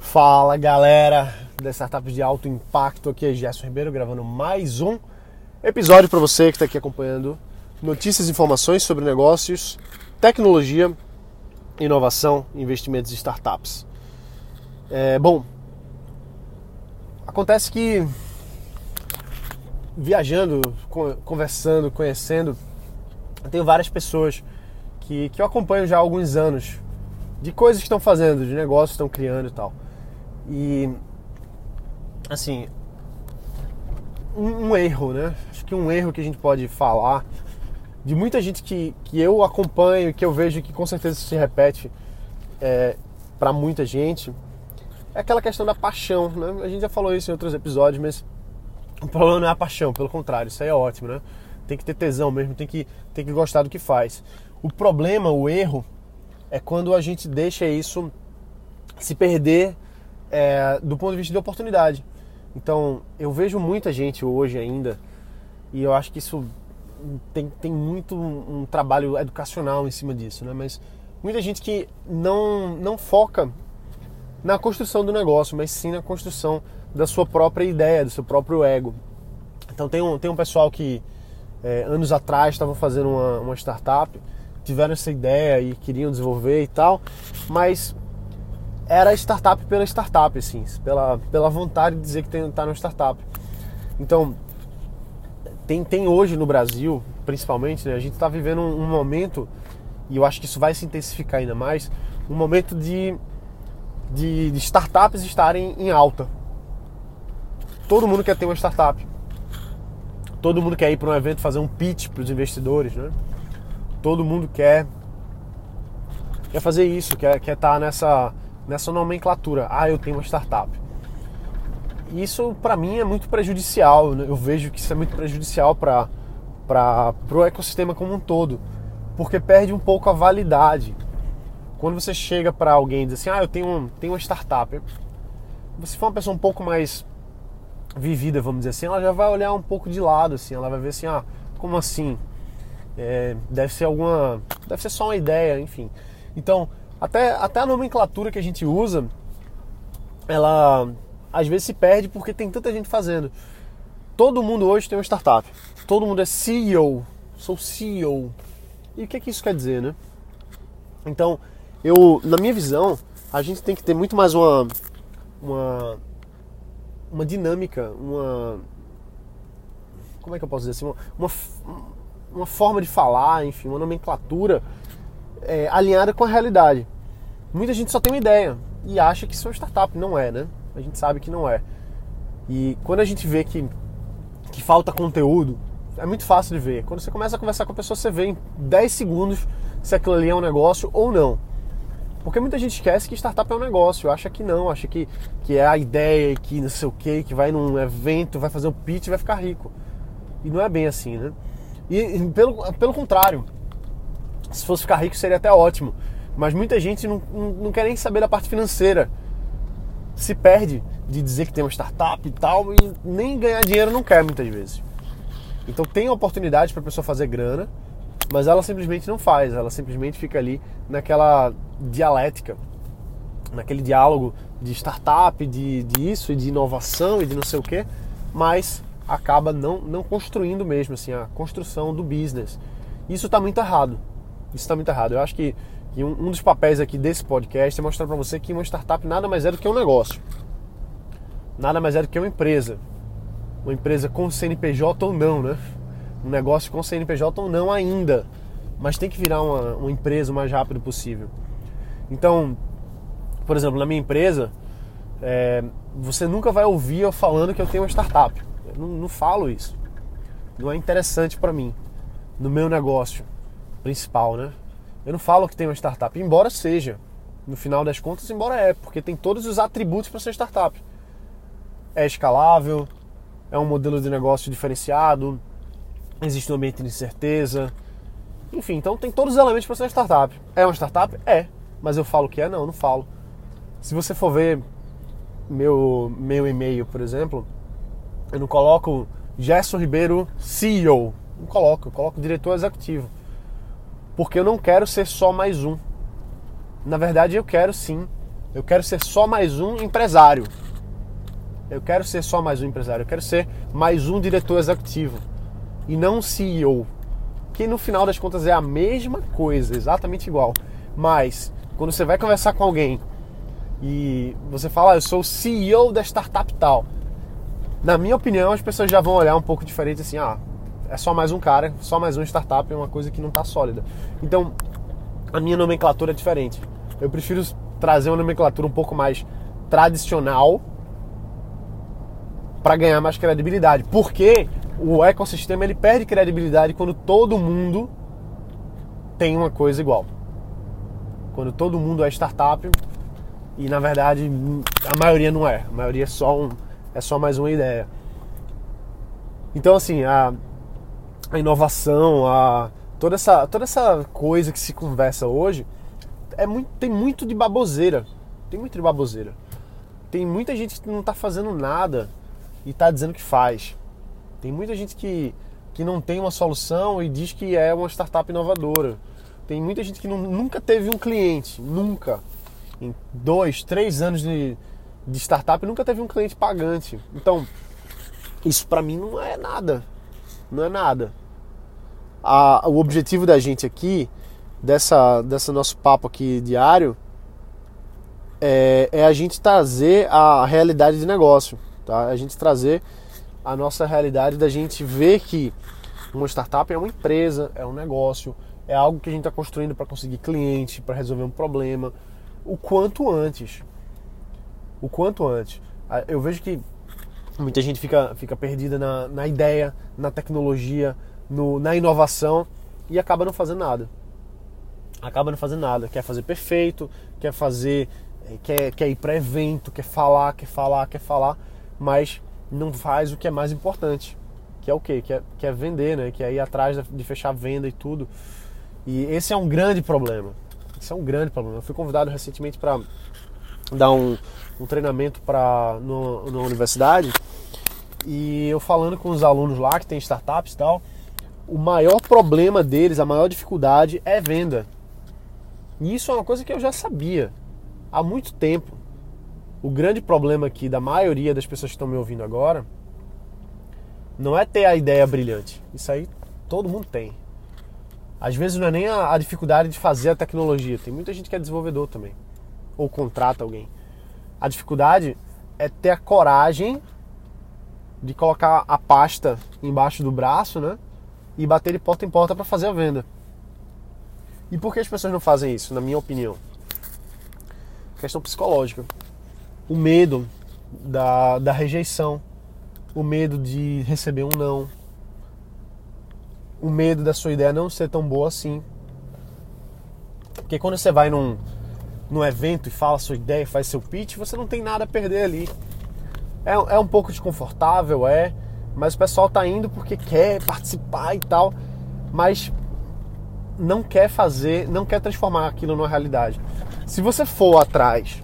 Fala galera das startups de alto impacto, aqui é Gerson Ribeiro gravando mais um episódio para você que está aqui acompanhando notícias e informações sobre negócios, tecnologia, inovação, investimentos e startups. Bom, acontece que viajando, conversando, conhecendo, eu tenho várias pessoas que eu acompanho já há alguns anos de coisas que estão fazendo, de negócios que estão criando e tal. E, assim, um erro, né? Acho que um erro que a gente pode falar de muita gente que eu acompanho, que eu vejo que com certeza se repete para muita gente, é aquela questão da paixão, né? A gente já falou isso em outros episódios, mas o problema não é a paixão, pelo contrário, isso aí é ótimo, né? Tem que ter tesão mesmo, tem que gostar do que faz. O problema, o erro, é quando a gente deixa isso se perder do ponto de vista de oportunidade. Então, eu vejo muita gente hoje ainda, e eu acho que isso tem muito um trabalho educacional em cima disso, né? Mas muita gente que não foca na construção do negócio, mas sim na construção da sua própria ideia, do seu próprio ego. Então, tem um pessoal que anos atrás estavam fazendo uma startup, tiveram essa ideia e queriam desenvolver e tal, mas era startup pela startup, assim, pela vontade de dizer que está numa startup. Então, tem hoje no Brasil, principalmente, né, a gente está vivendo um momento, e eu acho que isso vai se intensificar ainda mais, um momento de startups estarem em alta. Todo mundo quer ter uma startup. Todo mundo quer ir para um evento fazer um pitch para os investidores, né? Todo mundo quer fazer isso, quer estar nessa nomenclatura. Eu tenho uma startup. Isso, para mim, é muito prejudicial, né? Eu vejo que isso é muito prejudicial para o ecossistema como um todo, porque perde um pouco a validade. Quando você chega para alguém e diz assim, eu tenho uma startup, você for uma pessoa um pouco mais vivida, vamos dizer assim, ela já vai olhar um pouco de lado, assim, ela vai ver assim, como assim? Deve ser só uma ideia, enfim. Então, até a nomenclatura que a gente usa, ela às vezes se perde porque tem tanta gente fazendo. Todo mundo hoje tem uma startup. Todo mundo é CEO. Sou CEO. E o que isso quer dizer, né? Então, na minha visão, a gente tem que ter muito mais uma dinâmica, como é que eu posso dizer assim? Uma forma de falar, enfim, uma nomenclatura alinhada com a realidade. Muita gente só tem uma ideia e acha que isso é uma startup. Não é, né? A gente sabe que não é. E quando a gente vê que falta conteúdo, é muito fácil de ver. Quando você começa a conversar com a pessoa, você vê em 10 segundos se aquilo ali é um negócio ou não. Porque muita gente esquece que startup é um negócio, acha que não, acha que é a ideia, que não sei o que vai num evento, vai fazer um pitch e vai ficar rico. E não é bem assim, né? E pelo contrário, se fosse ficar rico seria até ótimo, mas muita gente não quer nem saber da parte financeira, se perde de dizer que tem uma startup e tal, e nem ganhar dinheiro não quer muitas vezes. Então tem oportunidade para a pessoa fazer grana, mas ela simplesmente não faz, ela simplesmente fica ali naquela dialética, naquele diálogo de startup, de isso e de inovação e de não sei o que, mas acaba não construindo mesmo assim, a construção do business. Isso está muito errado. Eu acho que um dos papéis aqui desse podcast é mostrar para você que uma startup nada mais é do que um negócio. Nada mais é do que uma empresa. Uma empresa com CNPJ ou não, né? Um negócio com CNPJ ou não ainda. Mas tem que virar uma empresa o mais rápido possível. Então, por exemplo, na minha empresa, você nunca vai ouvir eu falando que eu tenho uma startup. Eu não falo isso. Não é interessante para mim, no meu negócio principal, né? Eu não falo que tem uma startup, embora seja. No final das contas, porque tem todos os atributos para ser startup. É escalável, é um modelo de negócio diferenciado, existe um ambiente de incerteza, enfim, então tem todos os elementos para ser uma startup. É uma startup? É, mas eu falo que é? Não falo. Se você for ver meu e-mail, por exemplo, eu não coloco Gerson Ribeiro CEO, eu coloco diretor executivo, porque eu não quero ser só mais um. Na verdade, eu quero sim Eu quero ser só mais um empresário. Eu quero ser só mais um empresário. Eu quero ser mais um diretor executivo. E não um CEO. Que no final das contas é a mesma coisa, exatamente igual. Mas, quando você vai conversar com alguém e você fala, eu sou o CEO da startup tal. Na minha opinião, as pessoas já vão olhar um pouco diferente assim, é só mais um cara, só mais um startup, é uma coisa que não está sólida. Então, a minha nomenclatura é diferente. Eu prefiro trazer uma nomenclatura um pouco mais tradicional para ganhar mais credibilidade. Porque o ecossistema ele perde credibilidade quando todo mundo tem uma coisa igual. Quando todo mundo é startup e na verdade a maioria não é. A maioria é só mais uma ideia. Então assim, a inovação, toda essa coisa que se conversa hoje tem muito de baboseira. Tem muito de baboseira. Tem muita gente que não está fazendo nada e está dizendo que faz. Tem muita gente que não tem uma solução e diz que é uma startup inovadora. Tem muita gente que nunca teve um cliente. Nunca. Em 2, 3 anos de startup, nunca teve um cliente pagante. Então, isso para mim não é nada. Não é nada. O objetivo da gente aqui, desse nosso papo aqui diário, é a gente trazer a realidade de negócio. Tá? A gente trazer a nossa realidade da gente ver que uma startup é uma empresa, é um negócio, é algo que a gente está construindo para conseguir cliente, para resolver um problema, o quanto antes. O quanto antes. Eu vejo que muita gente fica perdida na ideia, na tecnologia, na inovação e acaba não fazendo nada. Quer fazer perfeito, quer ir para evento, quer falar, mas não faz o que é mais importante, que é o quê? Que é vender, né? Que é ir atrás de fechar a venda e tudo. E esse é um grande problema. Eu fui convidado recentemente para dar um treinamento numa universidade e eu falando com os alunos lá que tem startups e tal, o maior problema deles, a maior dificuldade é venda. E isso é uma coisa que eu já sabia há muito tempo. O grande problema aqui da maioria das pessoas que estão me ouvindo agora não é ter a ideia brilhante. Isso aí todo mundo tem. Às vezes não é nem a dificuldade de fazer a tecnologia. Tem muita gente que é desenvolvedor também. Ou contrata alguém. A dificuldade é ter a coragem de colocar a pasta embaixo do braço, né? E bater de porta em porta para fazer a venda. E por que as pessoas não fazem isso, na minha opinião? Questão psicológica. O medo da rejeição. O medo de receber um não. O medo da sua ideia não ser tão boa assim. Porque quando você vai num evento e fala a sua ideia, faz seu pitch, você não tem nada a perder ali. É um pouco desconfortável, mas o pessoal tá indo porque quer participar e tal, mas não quer transformar aquilo numa realidade. Se você for atrás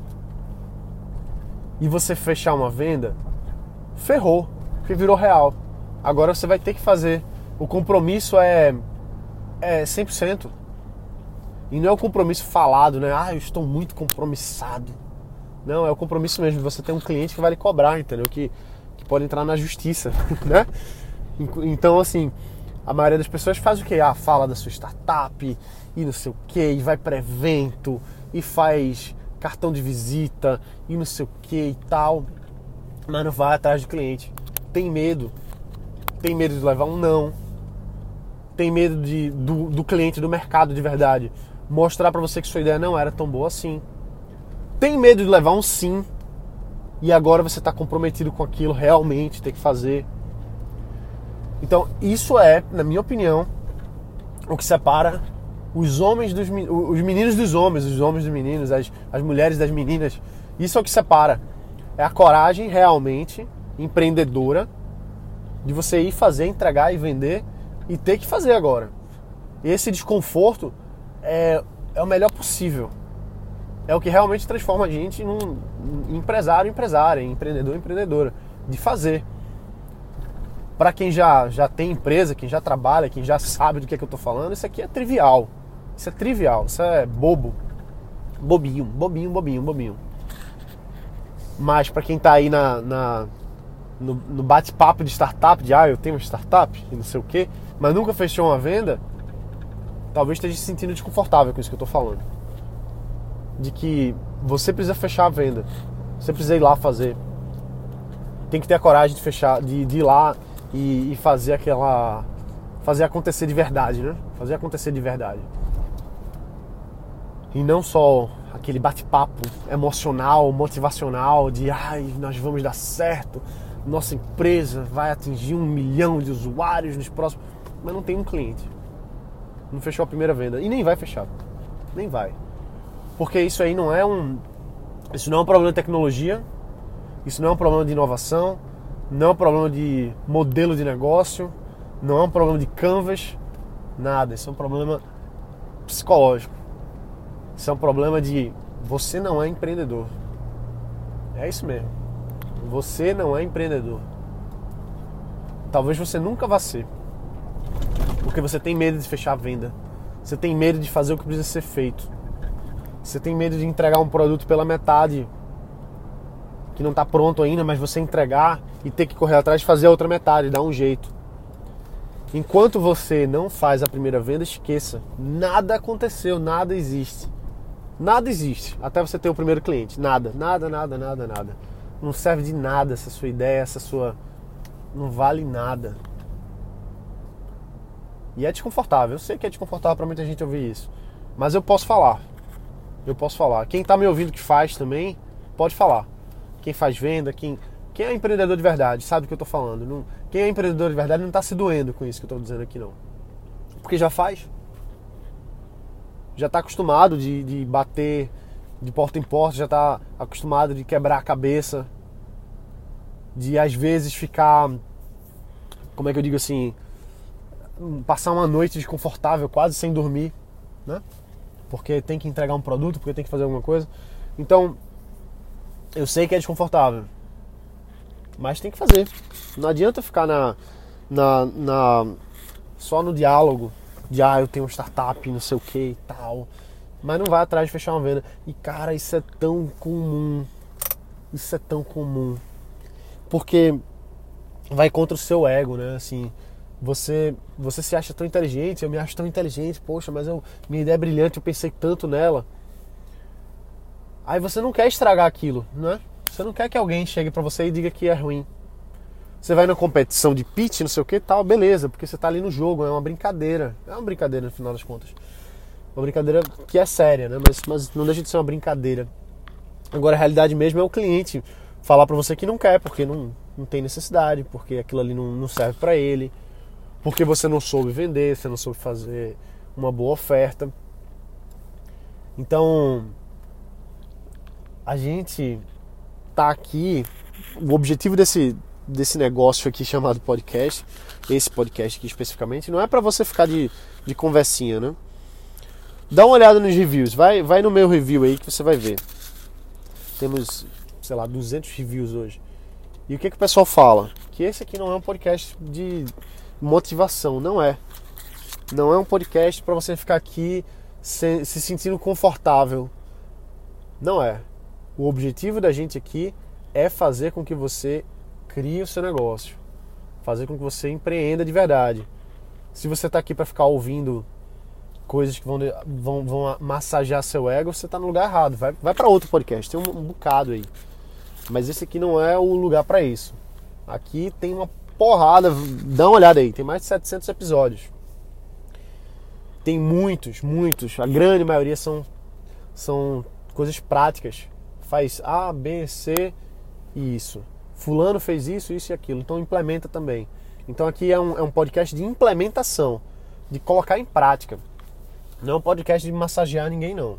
e você fechar uma venda, ferrou, porque virou real. Agora você vai ter que fazer. O compromisso é 100%. E não é o compromisso falado, né? Eu estou muito compromissado. Não, é o compromisso mesmo de você ter um cliente que vai lhe cobrar, entendeu? Que pode entrar na justiça, né? Então, assim, a maioria das pessoas faz o quê? Fala da sua startup e não sei o quê, e vai para evento, e faz cartão de visita, e não sei o quê e tal, mas não vai atrás do cliente. Tem medo de levar um não, tem medo do cliente, do mercado de verdade, mostrar para você que sua ideia não era tão boa assim. Tem medo de levar um sim e agora você está comprometido com aquilo, realmente tem que fazer. Então isso é, na minha opinião, o que separa os meninos dos homens, os homens dos meninos, as mulheres das meninas. Isso é o que separa. É a coragem realmente empreendedora de você ir fazer, entregar e vender e ter que fazer agora. E esse desconforto é o melhor possível. É o que realmente transforma a gente num empresário, empresária, empreendedor, empreendedora, de fazer. Para quem já tem empresa, quem já trabalha, quem já sabe do que eu estou falando, isso aqui é trivial. Isso é trivial, isso é bobo. Bobinho. Mas para quem tá aí no bate-papo de startup, de eu tenho uma startup e não sei o quê, mas nunca fechou uma venda, talvez esteja se sentindo desconfortável com isso que eu tô falando. De que você precisa fechar a venda, você precisa ir lá fazer. Tem que ter a coragem de fechar, de ir lá e fazer fazer acontecer de verdade, né? Fazer acontecer de verdade. E não só aquele bate-papo emocional, motivacional de nós vamos dar certo, nossa empresa vai atingir 1 milhão de usuários nos próximos... Mas não tem um cliente. Não fechou a primeira venda. E nem vai fechar. Nem vai. Porque isso aí não é um problema de tecnologia, isso não é um problema de inovação, não é um problema de modelo de negócio, não é um problema de canvas, nada. Isso é um problema psicológico. Isso é um problema de você não é empreendedor. É isso mesmo. Você não é empreendedor. Talvez você nunca vá ser. Porque você tem medo de fechar a venda. Você tem medo de fazer o que precisa ser feito. Você tem medo de entregar um produto pela metade, que não está pronto ainda, mas você entregar e ter que correr atrás de fazer a outra metade, dar um jeito. Enquanto você não faz a primeira venda, esqueça. Nada aconteceu, nada existe. Nada existe até você ter o primeiro cliente. Nada. Não serve de nada essa sua ideia, não vale nada. E é desconfortável. Eu sei que é desconfortável para muita gente ouvir isso. Mas eu posso falar. Quem está me ouvindo que faz também, pode falar. Quem faz venda, quem é empreendedor de verdade, sabe o que eu estou falando. Quem é empreendedor de verdade não está se doendo com isso que eu estou dizendo aqui, não. Porque já faz. Já está acostumado de bater de porta em porta, já está acostumado de quebrar a cabeça, de às vezes ficar, como é que eu digo assim, passar uma noite desconfortável, quase sem dormir, né? Porque tem que entregar um produto, porque tem que fazer alguma coisa. Então, eu sei que é desconfortável, mas tem que fazer. Não adianta ficar só no diálogo de eu tenho uma startup, não sei o que e tal, mas não vai atrás de fechar uma venda. E cara, isso é tão comum. Porque vai contra o seu ego, né? Assim, você se acha tão inteligente, eu me acho tão inteligente, poxa, mas minha ideia é brilhante, eu pensei tanto nela. Aí você não quer estragar aquilo, né? Você não quer que alguém chegue pra você e diga que é ruim. Você vai na competição de pitch, não sei o que tal, beleza, porque você tá ali no jogo, é uma brincadeira. É uma brincadeira no final das contas. Uma brincadeira que é séria, né? Mas não deixa de ser uma brincadeira. Agora a realidade mesmo é o cliente falar pra você que não quer, porque não tem necessidade, porque aquilo ali não serve pra ele, porque você não soube vender, você não soube fazer uma boa oferta. Então, a gente tá aqui, o objetivo desse negócio aqui chamado podcast, esse podcast aqui especificamente, não é para você ficar de conversinha, né? Dá uma olhada nos reviews, vai no meu review aí que você vai ver. Temos, sei lá, 200 reviews hoje. E o que o pessoal fala? Que esse aqui não é um podcast de motivação, não é. Não é um podcast para você ficar aqui se sentindo confortável. Não é. O objetivo da gente aqui é fazer com que você crie o seu negócio, fazer com que você empreenda de verdade. Se você está aqui para ficar ouvindo coisas que vão massagear seu ego, você está no lugar errado. Vai para outro podcast, tem um bocado aí. Mas esse aqui não é o lugar para isso. Aqui tem uma porrada, dá uma olhada aí, tem mais de 700 episódios. Tem muitos, a grande maioria são coisas práticas. Faz A, B, C e isso. Fulano fez isso e aquilo, então implementa também. Então aqui é um podcast de implementação, de colocar em prática. Não é um podcast de massagear ninguém, não.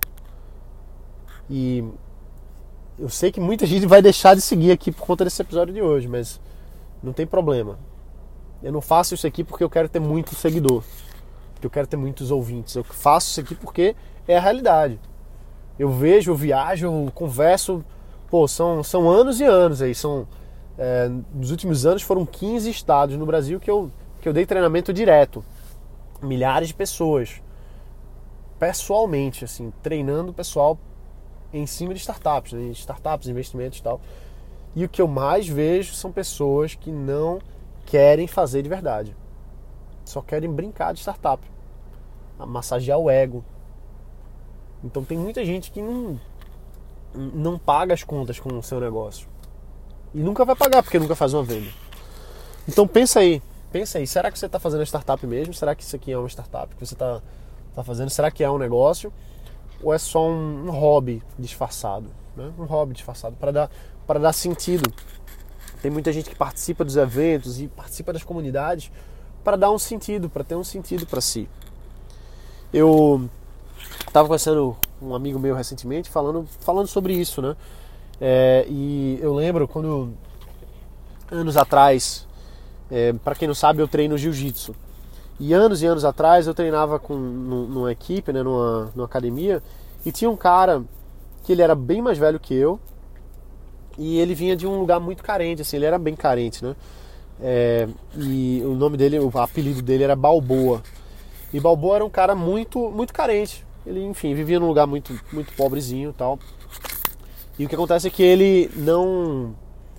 E eu sei que muita gente vai deixar de seguir aqui por conta desse episódio de hoje, mas não tem problema. Eu não faço isso aqui porque eu quero ter muito seguidor, porque eu quero ter muitos ouvintes. Eu faço isso aqui porque é a realidade. Eu vejo, eu viajo, eu converso. Pô, são anos e anos aí. Nos últimos anos foram 15 estados no Brasil que eu dei treinamento direto. Milhares de pessoas. Pessoalmente, assim, treinando o pessoal em cima de startups, né? Startups, investimentos e tal. E o que eu mais vejo são pessoas que não querem fazer de verdade. Só querem brincar de startup. Massagear o ego. Então tem muita gente que não paga as contas com o seu negócio. E nunca vai pagar porque nunca faz uma venda. Então pensa aí. Será que você está fazendo a startup mesmo? Será que isso aqui é uma startup que você está fazendo? Será que é um negócio? Ou é só um hobby disfarçado? Né? Um hobby disfarçado para dar sentido. Tem muita gente que participa dos eventos e participa das comunidades para dar um sentido, para ter um sentido para si. Eu estava conversando com um amigo meu recentemente falando sobre isso, né? E eu lembro quando, anos atrás, para quem não sabe, eu treino jiu-jitsu. E anos atrás eu treinava numa equipe, né, numa academia, e tinha um cara que ele era bem mais velho que eu, e ele vinha de um lugar muito carente, assim, ele era bem carente, né? E o nome dele, o apelido dele era Balboa. E Balboa era um cara muito, muito carente. Ele, enfim, vivia num lugar muito, muito pobrezinho e tal. E o que acontece é que ele não...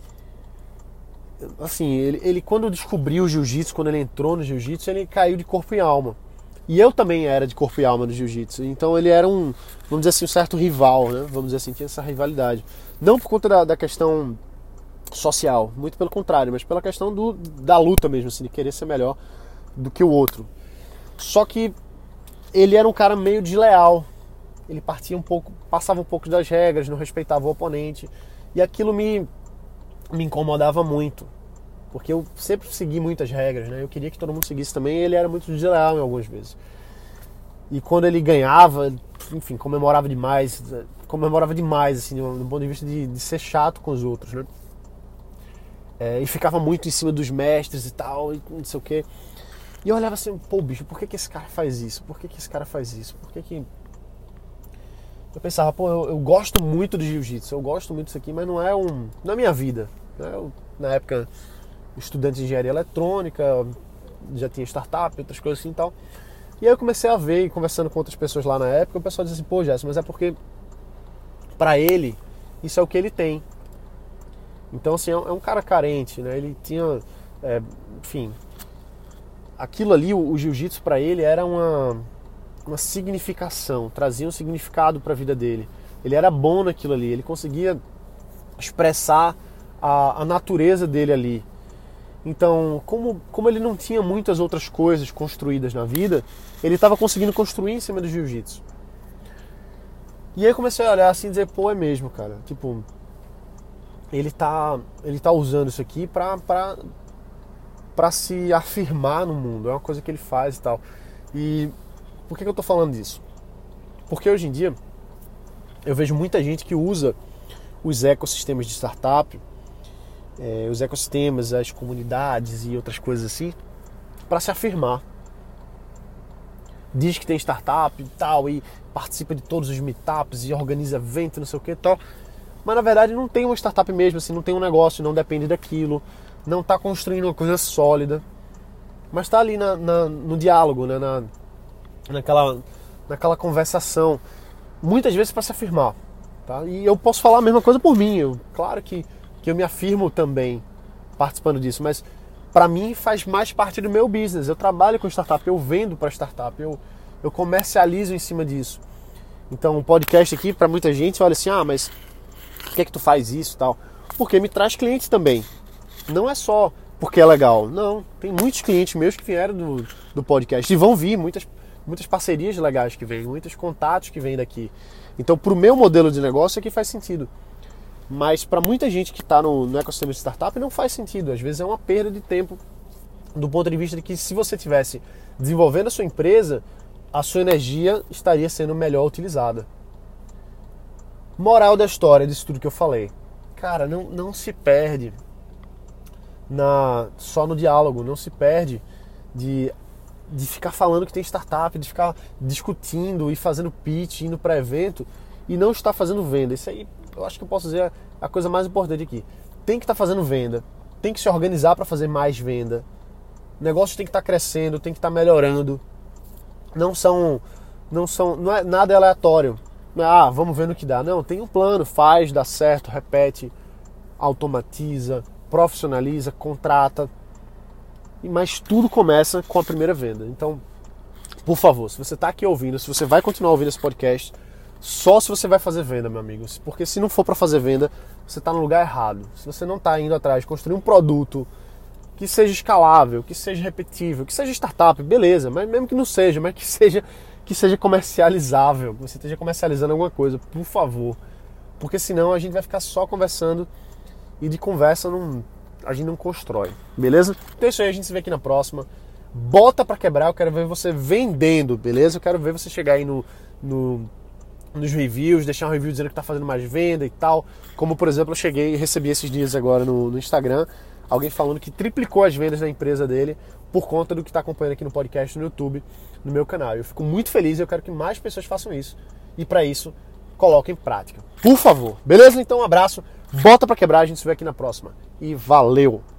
Assim, ele quando descobriu o jiu-jitsu, quando ele entrou no jiu-jitsu, ele caiu de corpo e alma. E eu também era de corpo e alma no jiu-jitsu. Então ele era vamos dizer assim, um certo rival, né? Vamos dizer assim, tinha essa rivalidade. Não por conta da questão social, muito pelo contrário, mas pela questão da luta mesmo, assim, de querer ser melhor do que o outro. Só que ele era um cara meio desleal. Ele passava um pouco das regras, não respeitava o oponente. E aquilo me incomodava muito. Porque eu sempre segui muitas regras, né? Eu queria que todo mundo seguisse também, e ele era muito desleal em algumas vezes. E quando ele ganhava, enfim, comemorava demais, assim, do ponto de vista de ser chato com os outros, né? E ficava muito em cima dos mestres e tal, e não sei o quê. E eu olhava assim, pô, bicho, por que esse cara faz isso? Por que esse cara faz isso? Por que... Eu pensava, pô, eu gosto muito de jiu-jitsu, eu gosto muito disso aqui, mas não é a minha vida, né? Eu, na época, estudante de engenharia eletrônica, já tinha startup, outras coisas assim e tal. E aí eu comecei a ver, e conversando com outras pessoas lá na época, o pessoal dizia assim, pô, Gerson, mas é porque pra ele, isso é o que ele tem. Então, assim, é um cara carente, né? Ele tinha, enfim, aquilo ali, o jiu-jitsu pra ele era uma significação, trazia um significado pra vida dele. Ele era bom naquilo ali, ele conseguia expressar a natureza dele ali. Então, como ele não tinha muitas outras coisas construídas na vida, ele estava conseguindo construir em cima do jiu-jitsu. E aí eu comecei a olhar assim e dizer, pô, é mesmo, cara. Tipo, ele tá usando isso aqui pra se afirmar no mundo. É uma coisa que ele faz e tal. E por que eu tô falando disso? Porque hoje em dia eu vejo muita gente que usa os ecossistemas de startup, os ecossistemas, as comunidades e outras coisas assim, para se afirmar. Diz que tem startup e tal, e participa de todos os meetups e organiza evento, não sei o que e tal. Mas na verdade não tem uma startup mesmo, assim, não tem um negócio, não depende daquilo, não está construindo uma coisa sólida, mas está ali no diálogo, né? naquela conversação, muitas vezes para se afirmar. Tá? E eu posso falar a mesma coisa por mim, claro que eu me afirmo também participando disso, mas para mim faz mais parte do meu business. Eu trabalho com startup, eu vendo para startup, eu comercializo em cima disso. Então, um podcast aqui, para muita gente, olha assim, mas por que é que tu faz isso e tal? Porque me traz clientes também. Não é só porque é legal. Não, tem muitos clientes meus que vieram do podcast e vão vir, muitas parcerias legais que vêm, muitos contatos que vêm daqui. Então, para o meu modelo de negócio aqui faz sentido. Mas para muita gente que está no ecossistema de startup não faz sentido. Às vezes é uma perda de tempo do ponto de vista de que se você estivesse desenvolvendo a sua empresa, a sua energia estaria sendo melhor utilizada. Moral da história disso tudo que eu falei. Cara, não se perde só no diálogo. Não se perde de ficar falando que tem startup, de ficar discutindo e fazendo pitch, indo para evento e não estar fazendo venda. Isso aí eu acho que eu posso dizer a coisa mais importante aqui. Tem que estar fazendo venda, tem que se organizar para fazer mais venda. O negócio tem que estar crescendo, tem que estar melhorando. Não é nada aleatório. Vamos ver no que dá. Não, tem um plano, faz, dá certo, repete, automatiza, profissionaliza, contrata. Mas tudo começa com a primeira venda. Então, por favor, se você está aqui ouvindo, se você vai continuar ouvindo esse podcast, só se você vai fazer venda, meu amigo. Porque se não for para fazer venda, você está no lugar errado. Se você não está indo atrás de construir um produto que seja escalável, que seja repetível, que seja startup, beleza, mas mesmo que não seja, mas que seja comercializável, que você esteja comercializando alguma coisa, por favor. Porque senão a gente vai ficar só conversando e de conversa a gente não constrói, beleza? Então é isso aí, a gente se vê aqui na próxima. Bota pra quebrar, eu quero ver você vendendo, beleza? Eu quero ver você chegar aí nos reviews, deixar um review dizendo que tá fazendo mais venda e tal. Como, por exemplo, eu cheguei e recebi esses dias agora no Instagram, alguém falando que triplicou as vendas da empresa dele por conta do que está acompanhando aqui no podcast, no YouTube, no meu canal. Eu fico muito feliz e eu quero que mais pessoas façam isso. E para isso, coloquem em prática. Por favor. Beleza? Então um abraço. Bota pra quebrar. A gente se vê aqui na próxima. E valeu!